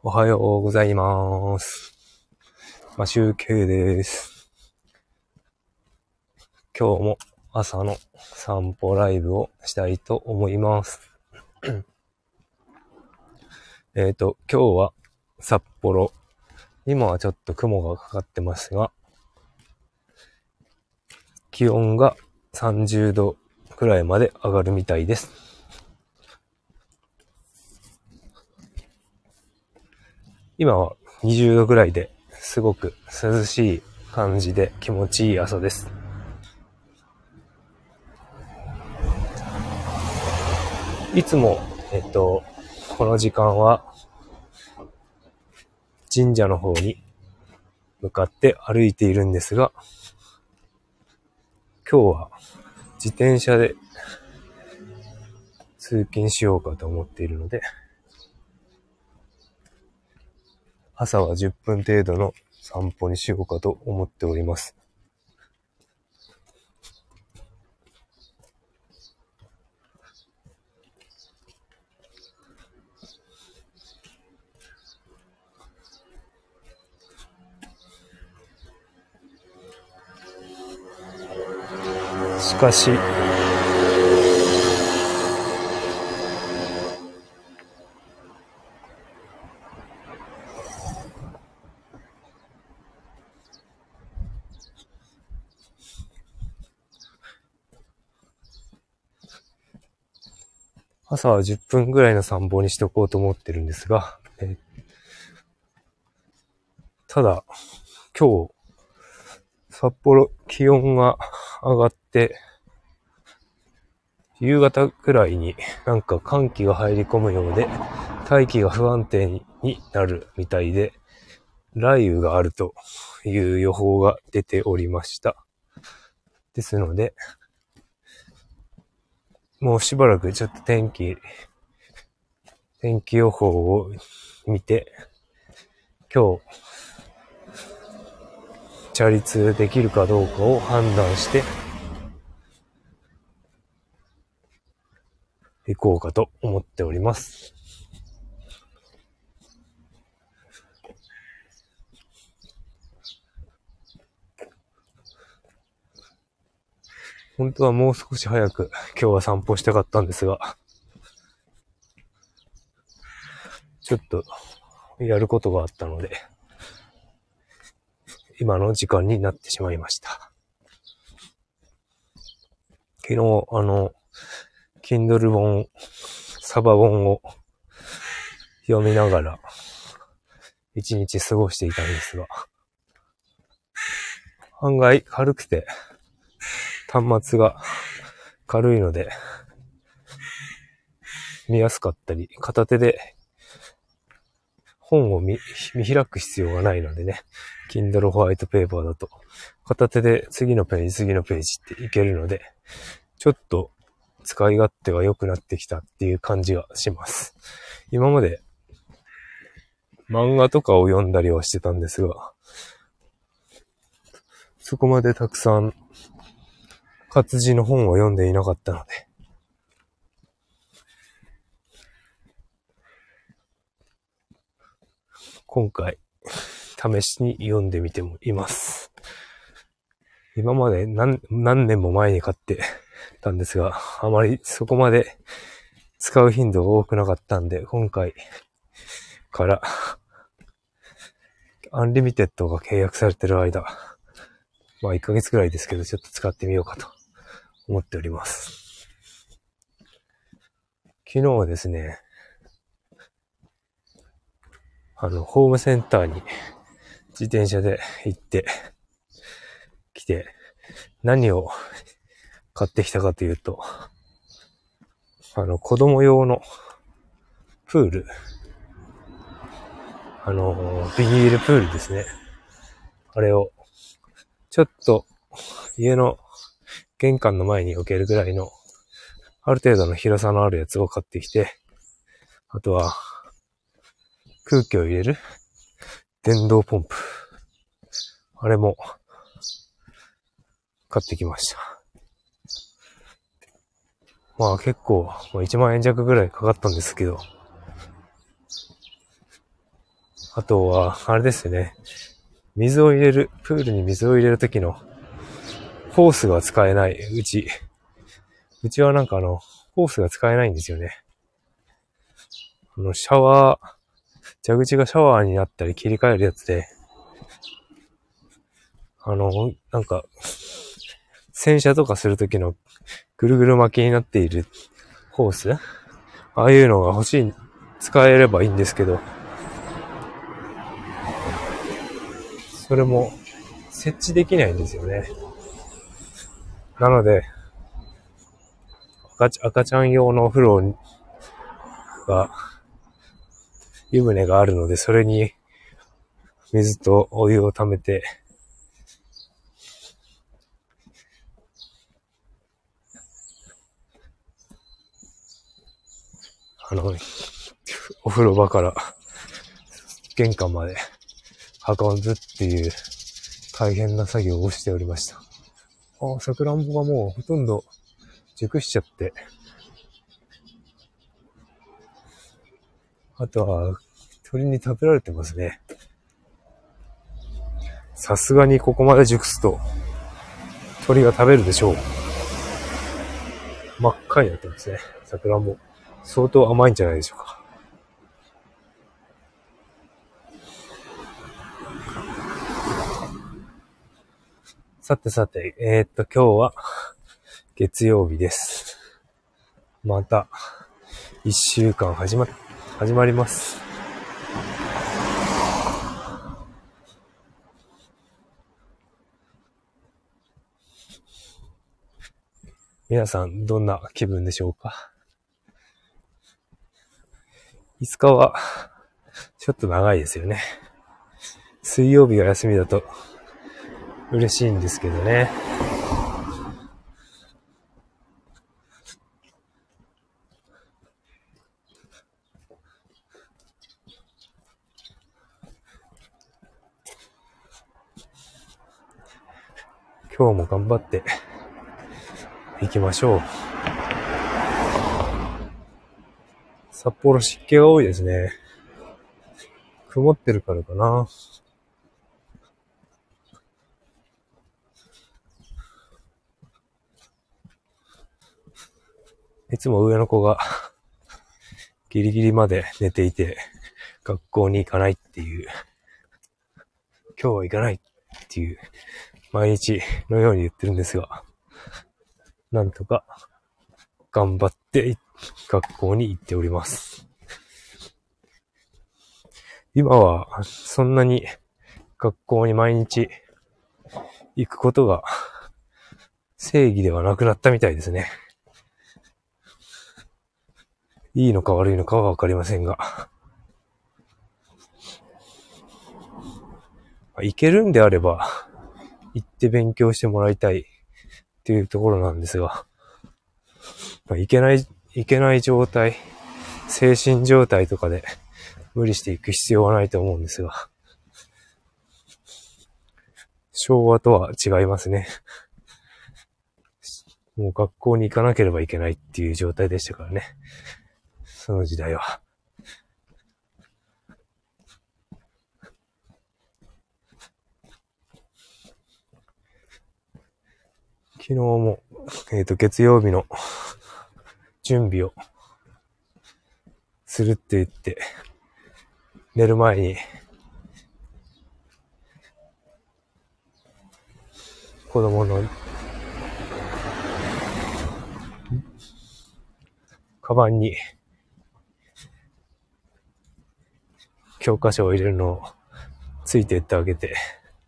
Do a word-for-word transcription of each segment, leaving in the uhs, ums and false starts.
おはようございます。マシュウケイです。今日も朝の散歩ライブをしたいと思います。えっと、今日は札幌。今はちょっと雲がかかってますが、気温がさんじゅうどくらいまで上がるみたいです。今はにじゅうどくらいですごく涼しい感じで気持ちいい朝です。いつも、えっと、この時間は神社の方に向かって歩いているんですが、今日は自転車で通勤しようかと思っているので、朝はじゅっぷん程度の散歩にしようかと思っております。しかし、朝はじゅっぷんぐらいの散歩にしておこうと思ってるんですが、えただ、今日、札幌気温が上がって、夕方くらいになんか寒気が入り込むようで、大気が不安定になるみたいで、雷雨があるという予報が出ておりました。ですので、もうしばらくちょっと天気、天気予報を見て、今日、チャリ通できるかどうかを判断して、行こうかと思っております。本当はもう少し早く今日は散歩したかったんですが、ちょっとやることがあったので、今の時間になってしまいました。昨日、あの、Kindle 本、サバ本を読みながら一日過ごしていたんですが、案外軽くて端末が軽いので見やすかったり、片手で本を 見, 見開く必要がないのでね、Kindle ホワイトペーパーだと片手で次のページ次のページっていけるので、ちょっと使い勝手が良くなってきたっていう感じがします。今まで漫画とかを読んだりはしてたんですが、そこまでたくさん活字の本を読んでいなかったので、今回試しに読んでみてもいます。今まで 何, 何年も前に買ってたんですが、あまりそこまで使う頻度が多くなかったんで、今回からアンリミテッドが契約されてる間、まあいっかげつくらいですけど、ちょっと使ってみようかと思っております。昨日はですね、あのホームセンターに自転車で行ってきて、何を買ってきたかというと、あの子供用のプール、あのビニールプールですね。あれをちょっと家の玄関の前に置けるぐらいのある程度の広さのあるやつを買ってきて、あとは空気を入れる電動ポンプ、あれも買ってきました。まあ結構いちまんえん弱ぐらいかかったんですけど、 あとは、あれですね。水を入れる、プールに水を入れるときのホースが使えない、うち。うちはなんかあの、ホースが使えないんですよね。あの、シャワー、蛇口がシャワーになったり切り替えるやつで、あの、なんか、洗車とかするときのぐるぐる巻きになっているホース、ああいうのが欲しい、使えればいいんですけど、それも設置できないんですよね。なので、赤ち、赤ちゃん用のお風呂が、湯船があるので、それに水とお湯を溜めて、あの、お風呂場から玄関まで運ぶっていう大変な作業をしておりました。あ、さくらんぼがもうほとんど熟しちゃって、あとは鳥に食べられてますね。さすがにここまで熟すと鳥が食べるでしょう。真っ赤になってますね。さくらんぼ。相当甘いんじゃないでしょうか。さてさて、えー、っと、今日は月曜日です。また、一週間始ま、始まります。皆さん、どんな気分でしょうか。いつかは、ちょっと長いですよね。水曜日が休みだと、嬉しいんですけどね。今日も頑張っていきましょう。札幌湿気が多いですね。曇ってるからかな。いつも上の子がギリギリまで寝ていて学校に行かないっていう、今日は行かないっていう毎日のように言ってるんですが、なんとか頑張って学校に行っております。今はそんなに学校に毎日行くことが正義ではなくなったみたいですね。いいのか悪いのかはわかりませんが、行けるんであれば行って勉強してもらいたいっていうところなんですが、行けない、行けない状態、精神状態とかで無理していく必要はないと思うんですが、昭和とは違いますね。もう学校に行かなければいけないっていう状態でしたからね。その時代は。昨日も、えっと、月曜日の準備をするって言って、寝る前に、子供の、カバンに、教科書を入れるのをついていってあげて、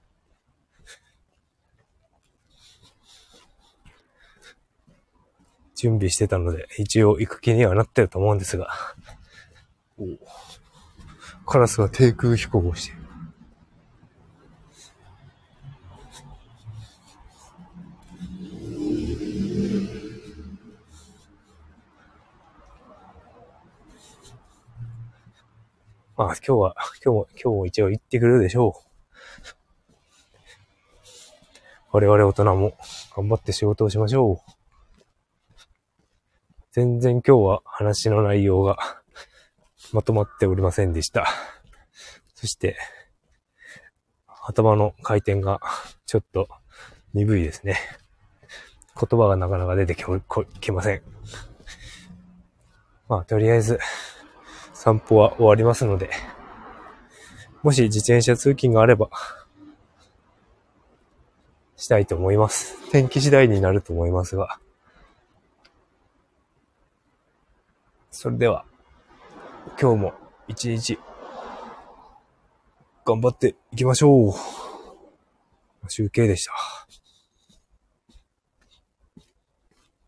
準備してたので、一応行く気にはなってると思うんですが、カラスが低空飛行をしている。まあ今日は、今日も、今日も一応行ってくるでしょう。我々大人も頑張って仕事をしましょう。全然今日は話の内容がまとまっておりませんでした。 そして、頭の回転がちょっと鈍いですね。言葉がなかなか出てきません。まあ、とりあえず、散歩は終わりますので、もし自転車通勤があれば、したいと思います。天気次第になると思いますが。それでは、今日も一日、頑張っていきましょう。集計でした。